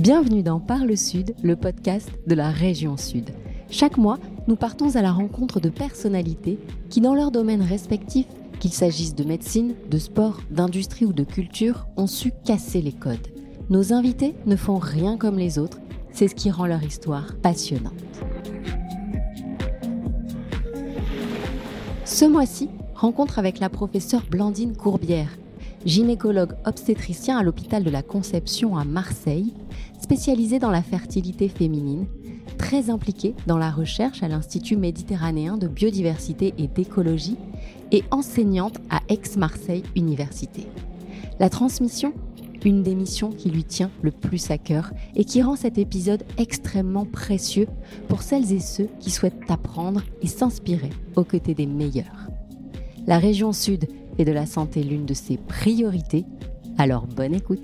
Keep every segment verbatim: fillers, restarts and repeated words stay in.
Bienvenue dans Parle Sud, le podcast de la région Sud. Chaque mois, nous partons à la rencontre de personnalités qui, dans leurs domaines respectifs, qu'il s'agisse de médecine, de sport, d'industrie ou de culture, ont su casser les codes. Nos invités ne font rien comme les autres, c'est ce qui rend leur histoire passionnante. Ce mois-ci, rencontre avec la professeure Blandine Courbière, gynécologue obstétricien à l'hôpital de la Conception à Marseille, spécialisée dans la fertilité féminine, très impliquée dans la recherche à l'Institut méditerranéen de biodiversité et d'écologie et enseignante à Aix-Marseille Université. La transmission, une des missions qui lui tient le plus à cœur et qui rend cet épisode extrêmement précieux pour celles et ceux qui souhaitent apprendre et s'inspirer aux côtés des meilleurs. La région Sud fait de la santé l'une de ses priorités, alors bonne écoute.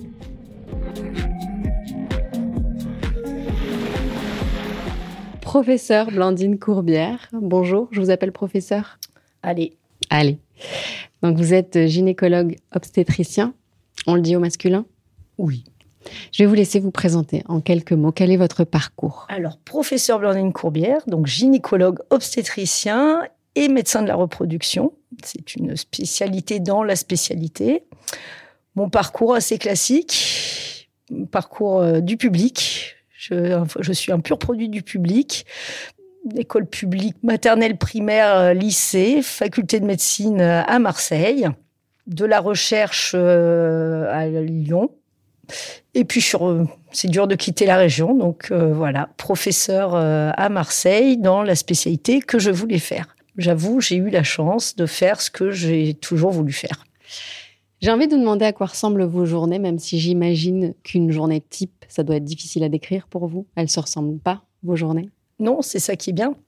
Professeure Blandine Courbière, bonjour, je vous appelle professeur. Allez. Allez. Donc vous êtes gynécologue obstétricien, on le dit au masculin ? Oui. Je vais vous laisser vous présenter en quelques mots. Quel est votre parcours ? Alors, professeur Blandine Courbière, donc gynécologue obstétricien et médecin de la reproduction. C'est une spécialité dans la spécialité. Mon parcours assez classique, parcours euh, du public. Je, je suis un pur produit du public. École publique, maternelle, primaire, lycée, faculté de médecine à Marseille, de la recherche euh, à Lyon. Et puis, sur, c'est dur de quitter la région. Donc euh, voilà, professeur euh, à Marseille dans la spécialité que je voulais faire. J'avoue, j'ai eu la chance de faire ce que j'ai toujours voulu faire. J'ai envie de vous demander à quoi ressemblent vos journées, même si j'imagine qu'une journée type, ça doit être difficile à décrire pour vous. Elles ne se ressemblent pas, vos journées ? Non, c'est ça qui est bien.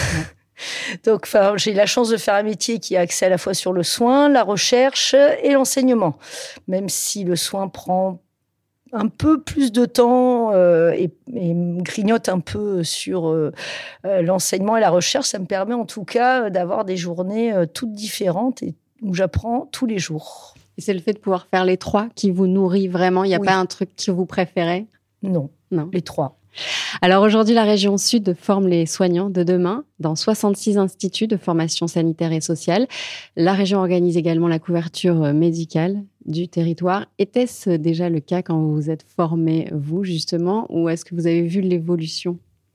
Donc, enfin, j'ai la chance de faire un métier qui a accès à la fois sur le soin, la recherche et l'enseignement. Même si le soin prend un peu plus de temps euh, et, et grignote un peu sur euh, euh, l'enseignement et la recherche, ça me permet en tout cas d'avoir des journées euh, toutes différentes et où j'apprends tous les jours. Et c'est le fait de pouvoir faire les trois qui vous nourrit vraiment ? Il n'y a oui. pas un truc que vous préférez ? Non, non, les trois. Alors aujourd'hui, la région Sud forme les soignants de demain dans soixante-six instituts de formation sanitaire et sociale. La région organise également la couverture médicale du territoire. Était-ce déjà le cas quand vous vous êtes formé, vous, justement, ou est-ce que vous avez vu l'évolution ?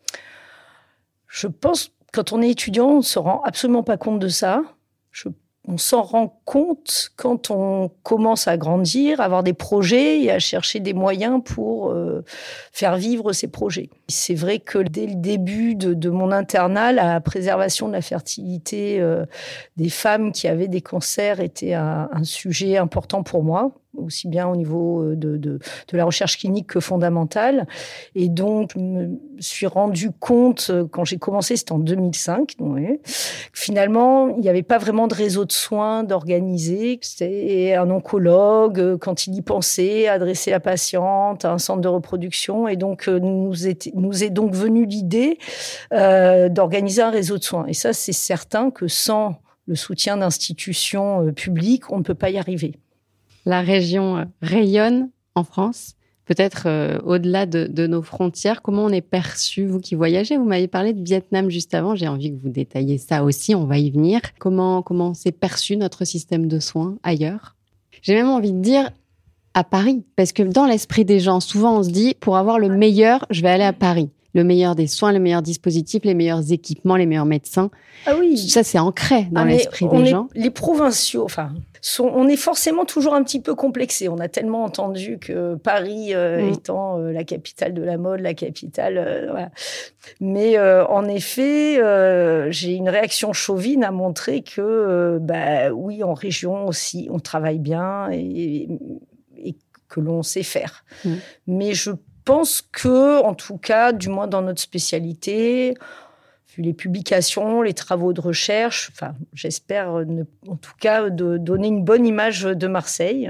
Je pense que quand on est étudiant, on ne se rend absolument pas compte de ça. Je On s'en rend compte quand on commence à grandir, à avoir des projets et à chercher des moyens pour euh, faire vivre ces projets. C'est vrai que dès le début de, de mon internat, la préservation de la fertilité euh, des femmes qui avaient des cancers était un, un sujet important pour moi, aussi bien au niveau de, de, de la recherche clinique que fondamentale. Et donc, je me suis rendu compte, quand j'ai commencé, c'était en deux mille cinq, donc, ouais, finalement, il n'y avait pas vraiment de réseau de soins d'organiser. C'était un oncologue, quand il y pensait, adresser la patiente à un centre de reproduction. Et donc, nous est, nous est donc venue l'idée euh, d'organiser un réseau de soins. Et ça, c'est certain que sans le soutien d'institutions publiques, on ne peut pas y arriver. La région rayonne en France, peut-être euh, au-delà de, de nos frontières. Comment on est perçu, vous qui voyagez ? Vous m'avez parlé de Vietnam juste avant. J'ai envie que vous détailliez ça aussi, on va y venir. Comment, comment c'est perçu notre système de soins ailleurs ? J'ai même envie de dire à Paris, parce que dans l'esprit des gens, souvent on se dit, pour avoir le meilleur, je vais aller à Paris. Le meilleur des soins, le meilleur dispositif, les meilleurs équipements, les meilleurs médecins. Ah oui. Ça, c'est ancré dans ah l'esprit des est, gens. Les provinciaux, enfin, sont, on est forcément toujours un petit peu complexé. On a tellement entendu que Paris euh, mmh. étant euh, la capitale de la mode, la capitale, euh, voilà. Mais euh, en effet, euh, j'ai une réaction chauvine à montrer que, euh, bah oui, en région aussi, on travaille bien et, et que l'on sait faire. Mmh. Mais je Je pense que, en tout cas, du moins dans notre spécialité, vu les publications, les travaux de recherche, enfin, j'espère, ne, en tout cas, de donner une bonne image de Marseille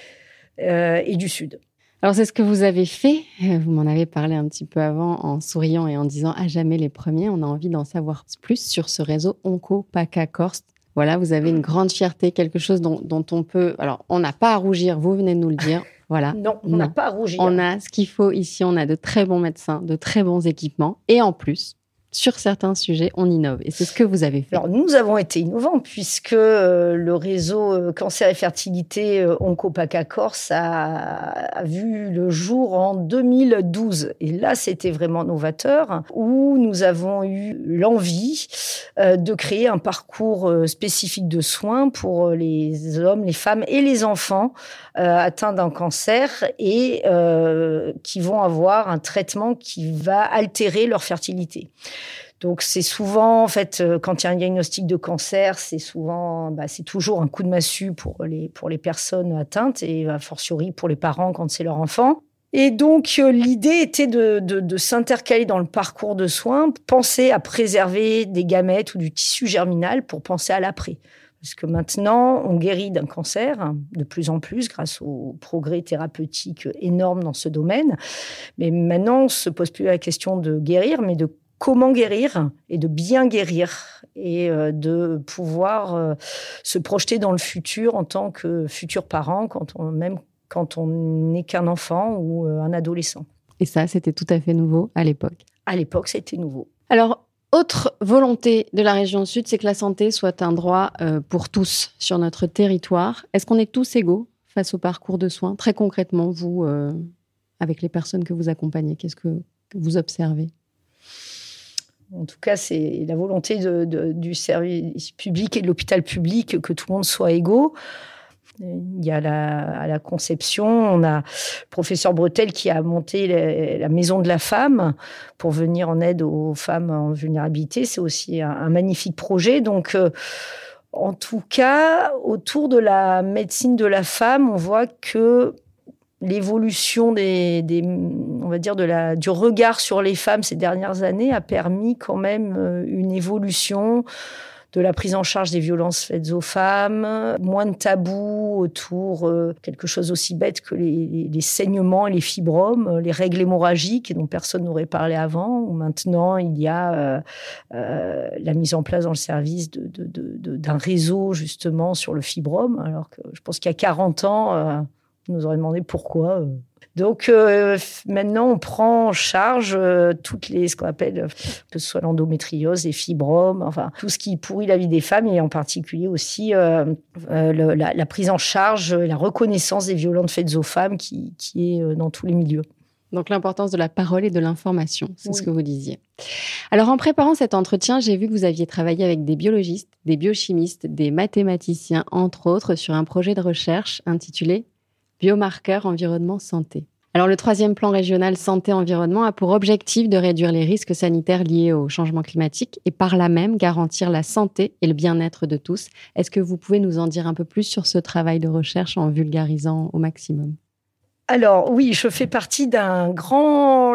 euh, et du Sud. Alors, c'est ce que vous avez fait. Vous m'en avez parlé un petit peu avant en souriant et en disant « à jamais les premiers ». On a envie d'en savoir plus sur ce réseau Onco-P A C A-Corse. Voilà, vous avez une grande fierté, quelque chose dont, dont on peut... Alors, on n'a pas à rougir, vous venez de nous le dire. Voilà. Non, on n'a pas à rougir. On a ce qu'il faut ici. On a de très bons médecins, de très bons équipements. Et en plus, sur certains sujets, on innove. Et c'est ce que vous avez fait. Alors, nous avons été innovants puisque euh, le réseau euh, Cancer et Fertilité euh, Oncopaca Corse a, a vu le jour en deux mille douze. Et là, c'était vraiment novateur, où nous avons eu l'envie euh, de créer un parcours euh, spécifique de soins pour les hommes, les femmes et les enfants euh, atteints d'un cancer et euh, qui vont avoir un traitement qui va altérer leur fertilité. Donc, c'est souvent, en fait, quand il y a un diagnostic de cancer, c'est souvent, bah, c'est toujours un coup de massue pour les, pour les personnes atteintes et a fortiori pour les parents quand c'est leur enfant. Et donc, euh, l'idée était de, de, de s'intercaler dans le parcours de soins, penser à préserver des gamètes ou du tissu germinal pour penser à l'après. Parce que maintenant, on guérit d'un cancer de plus en plus grâce aux progrès thérapeutiques énormes dans ce domaine. Mais maintenant, on ne se pose plus la question de guérir, mais de comment guérir et de bien guérir et euh, de pouvoir euh, se projeter dans le futur en tant que futur parent, quand on, même quand on n'est qu'un enfant ou euh, un adolescent. Et ça, c'était tout à fait nouveau à l'époque. À l'époque, c'était nouveau. Alors, autre volonté de la région Sud, c'est que la santé soit un droit euh, pour tous sur notre territoire. Est-ce qu'on est tous égaux face au parcours de soins ? Très concrètement, vous, euh, avec les personnes que vous accompagnez, qu'est-ce que, que vous observez ? En tout cas, c'est la volonté de, de, du service public et de l'hôpital public que tout le monde soit égaux. Il y a la, à la conception, on a le professeur Bretel qui a monté la, la maison de la femme pour venir en aide aux femmes en vulnérabilité. C'est aussi un, un magnifique projet. Donc, euh, en tout cas, autour de la médecine de la femme, on voit que l'évolution des, des, on va dire de la, du regard sur les femmes ces dernières années a permis quand même une évolution de la prise en charge des violences faites aux femmes, moins de tabous autour euh, quelque chose aussi bête que les, les, les saignements et les fibromes, les règles hémorragiques dont personne n'aurait parlé avant, où maintenant il y a euh, euh, la mise en place dans le service de, de, de, de, d'un réseau justement sur le fibrome, alors que je pense qu'il y a quarante ans, euh, on nous aurait demandé pourquoi. Euh. Donc euh, maintenant, on prend en charge euh, toutes les, ce qu'on appelle, que ce soit l'endométriose, les fibromes, enfin tout ce qui pourrit la vie des femmes, et en particulier aussi euh, euh, le, la, la prise en charge, la reconnaissance des violences faites aux femmes qui, qui est euh, dans tous les milieux. Donc l'importance de la parole et de l'information, c'est oui. ce que vous disiez. Alors en préparant cet entretien, j'ai vu que vous aviez travaillé avec des biologistes, des biochimistes, des mathématiciens, entre autres, sur un projet de recherche intitulé Biomarqueurs environnement santé. Alors le troisième plan régional santé-environnement a pour objectif de réduire les risques sanitaires liés au changement climatique et par là même garantir la santé et le bien-être de tous. Est-ce que vous pouvez nous en dire un peu plus sur ce travail de recherche en vulgarisant au maximum ? Alors oui, je fais partie d'un grand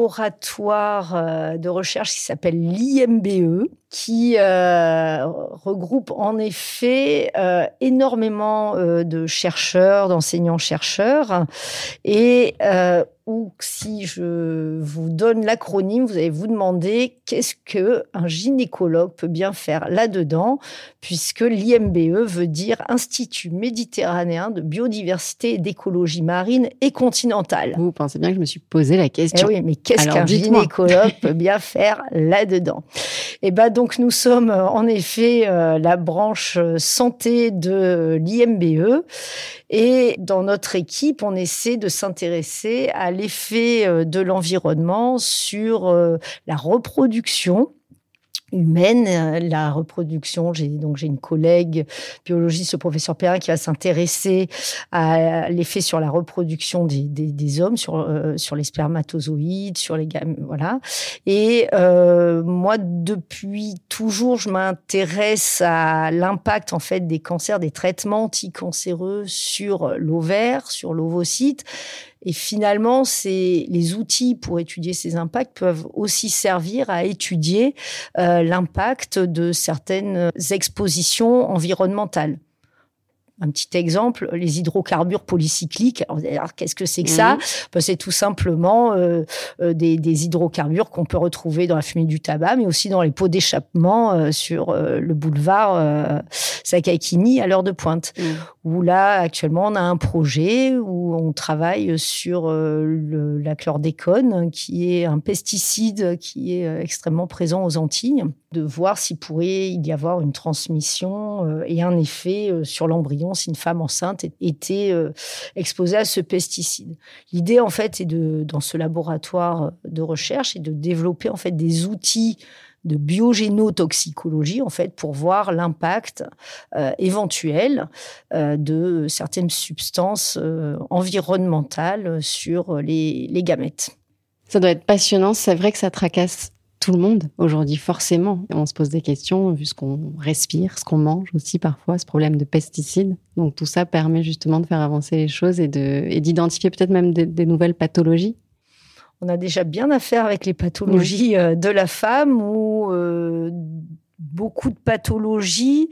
laboratoire de recherche qui s'appelle l'I M B E, qui euh, regroupe en effet euh, énormément euh, de chercheurs, d'enseignants-chercheurs, et euh, ou si je vous donne l'acronyme, vous allez vous demander qu'est-ce qu'un gynécologue peut bien faire là-dedans, puisque l'I M B E veut dire Institut méditerranéen de biodiversité et d'écologie marine et continentale. Vous pensez bien que je me suis posé la question. Eh oui, mais qu'est-ce Alors, qu'un dites-moi. gynécologue peut bien faire là-dedans ? Eh ben donc nous sommes en effet euh, la branche santé de l'I M B E, et dans notre équipe, on essaie de s'intéresser à l'effet de l'environnement sur euh, la reproduction humaine, la reproduction. J'ai, donc, j'ai une collègue biologiste, le professeur Perrin, qui va s'intéresser à l'effet sur la reproduction des, des, des hommes, sur, euh, sur les spermatozoïdes, sur les gamètes, voilà. Et euh, moi, depuis toujours, je m'intéresse à l'impact, en fait, des cancers, des traitements anticancéreux sur l'ovaire, sur l'ovocyte. Et finalement, c'est, les outils pour étudier ces impacts peuvent aussi servir à étudier euh, l'impact de certaines expositions environnementales. Un petit exemple, les hydrocarbures polycycliques. Alors, alors qu'est-ce que c'est que ça ? Mmh. Ben, c'est tout simplement euh, euh, des, des hydrocarbures qu'on peut retrouver dans la fumée du tabac, mais aussi dans les pots d'échappement euh, sur euh, le boulevard euh, Sakakini à l'heure de pointe. Mmh. où là, actuellement, on a un projet où on travaille sur euh, le, la chlordécone, qui est un pesticide qui est extrêmement présent aux Antilles, de voir s'il pourrait y avoir une transmission euh, et un effet euh, sur l'embryon si une femme enceinte était euh, exposée à ce pesticide. L'idée, en fait, est de, dans ce laboratoire de recherche, est de développer en fait des outils de biogénotoxicologie, en fait, pour voir l'impact euh, éventuel euh, de certaines substances euh, environnementales sur les, les gamètes. Ça doit être passionnant. C'est vrai que ça tracasse tout le monde aujourd'hui, forcément. On se pose des questions, vu ce qu'on respire, ce qu'on mange aussi parfois, ce problème de pesticides. Donc tout ça permet justement de faire avancer les choses et, de, et d'identifier peut-être même des, des nouvelles pathologies. On a déjà bien à faire avec les pathologies oui. de la femme ou euh, beaucoup de pathologies.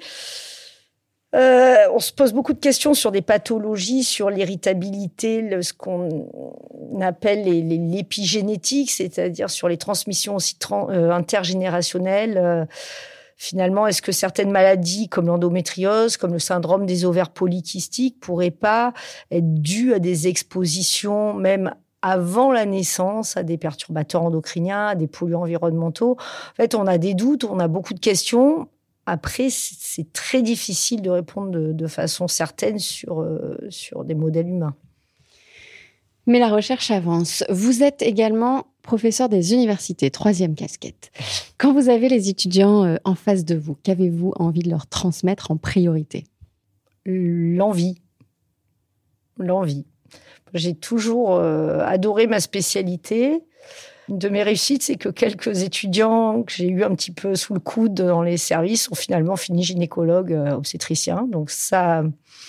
Euh, on se pose beaucoup de questions sur des pathologies, sur l'irritabilité, le, ce qu'on appelle les, les, l'épigénétique, c'est-à-dire sur les transmissions aussi tran, euh, intergénérationnelles. Euh, finalement, est-ce que certaines maladies comme l'endométriose, comme le syndrome des ovaires polykystiques, pourraient pas être dues à des expositions même avant la naissance, à des perturbateurs endocriniens, à des polluants environnementaux. En fait, on a des doutes, on a beaucoup de questions. Après, c'est très difficile de répondre de, de façon certaine sur, euh, sur des modèles humains. Mais la recherche avance. Vous êtes également professeur des universités, troisième casquette. Quand vous avez les étudiants en face de vous, qu'avez-vous envie de leur transmettre en priorité ? L'envie. L'envie. J'ai toujours euh, adoré ma spécialité. Une de mes réussites, c'est que quelques étudiants que j'ai eu un petit peu sous le coude dans les services ont finalement fini gynécologue euh, obstétricien. Donc ça,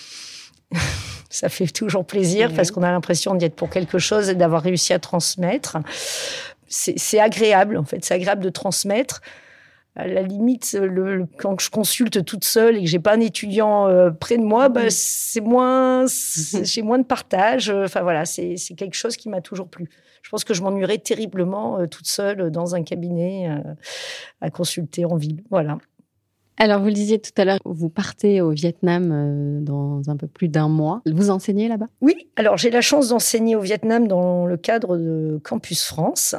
ça fait toujours plaisir oui. parce qu'on a l'impression d'y être pour quelque chose et d'avoir réussi à transmettre. C'est, c'est agréable, en fait. C'est agréable de transmettre. À la limite, le, le, quand je consulte toute seule et que j'ai pas un étudiant euh, près de moi, bah, c'est moins, c'est, j'ai moins de partage. Enfin voilà, c'est, c'est quelque chose qui m'a toujours plu. Je pense que je m'ennuierais terriblement euh, toute seule dans un cabinet euh, à consulter en ville. Voilà. Alors, vous le disiez tout à l'heure, vous partez au Vietnam euh, dans un peu plus d'un mois. Vous enseignez là-bas ? Oui, alors j'ai la chance d'enseigner au Vietnam dans le cadre de Campus France,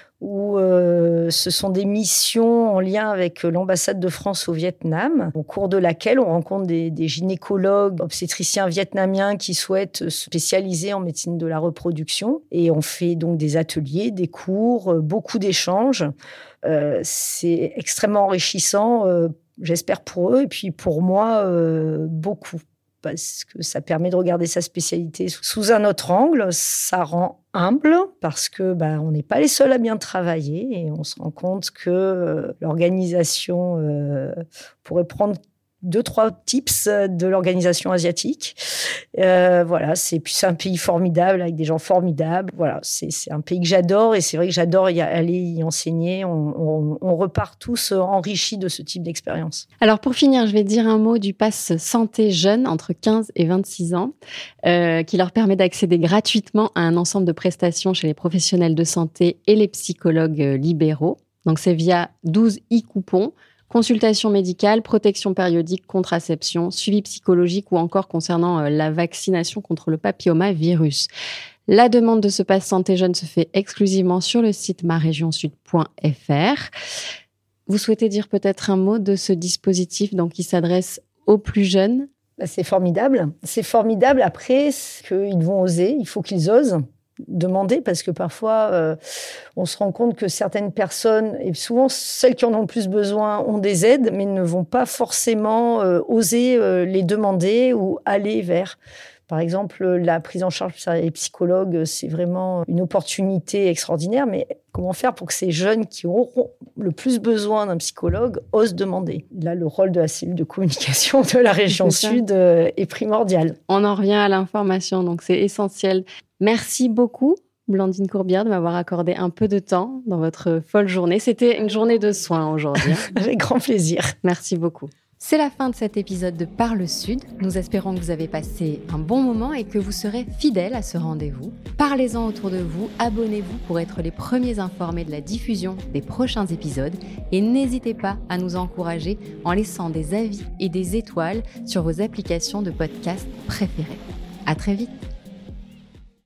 où euh, ce sont des missions en lien avec l'ambassade de France au Vietnam, au cours de laquelle on rencontre des, des gynécologues obstétriciens vietnamiens qui souhaitent se spécialiser en médecine de la reproduction. Et on fait donc des ateliers, des cours, beaucoup d'échanges. Euh, c'est extrêmement enrichissant, euh, j'espère pour eux, et puis pour moi, euh, beaucoup. Parce que ça permet de regarder sa spécialité sous un autre angle. Ça rend humble parce que bah, on n'est pas les seuls à bien travailler et on se rend compte que euh, l'organisation euh, pourrait prendre deux, trois tips de l'organisation asiatique. Euh, voilà, c'est, puis c'est un pays formidable avec des gens formidables. Voilà, c'est, c'est un pays que j'adore et c'est vrai que j'adore y aller y enseigner. On, on, on repart tous enrichis de ce type d'expérience. Alors pour finir, je vais dire un mot du pass santé jeune entre quinze et vingt-six ans euh, qui leur permet d'accéder gratuitement à un ensemble de prestations chez les professionnels de santé et les psychologues libéraux. Donc c'est via douze e-coupons. Consultation médicale, protection périodique, contraception, suivi psychologique ou encore concernant euh, la vaccination contre le papillomavirus. La demande de ce pass santé jeune se fait exclusivement sur le site ma région sud point f r. Vous souhaitez dire peut-être un mot de ce dispositif donc, qui s'adresse aux plus jeunes ? C'est formidable. C'est formidable. Après, qu'ils vont oser, il faut qu'ils osent demander parce que parfois euh, on se rend compte que certaines personnes et souvent celles qui en ont le plus besoin ont des aides mais ne vont pas forcément euh, oser euh, les demander ou aller vers. Par exemple, la prise en charge par les psychologues, c'est vraiment une opportunité extraordinaire, mais comment faire pour que ces jeunes qui auront le plus besoin d'un psychologue osent demander ? Là, le rôle de la cellule de communication de la région sud est primordial. On en revient à l'information, donc c'est essentiel. Merci beaucoup, Blandine Courbière, de m'avoir accordé un peu de temps dans votre folle journée. C'était une journée de soins aujourd'hui. Avec grand plaisir. Merci beaucoup. C'est la fin de cet épisode de Par le Sud. Nous espérons que vous avez passé un bon moment et que vous serez fidèles à ce rendez-vous. Parlez-en autour de vous, abonnez-vous pour être les premiers informés de la diffusion des prochains épisodes et n'hésitez pas à nous encourager en laissant des avis et des étoiles sur vos applications de podcast préférées. À très vite.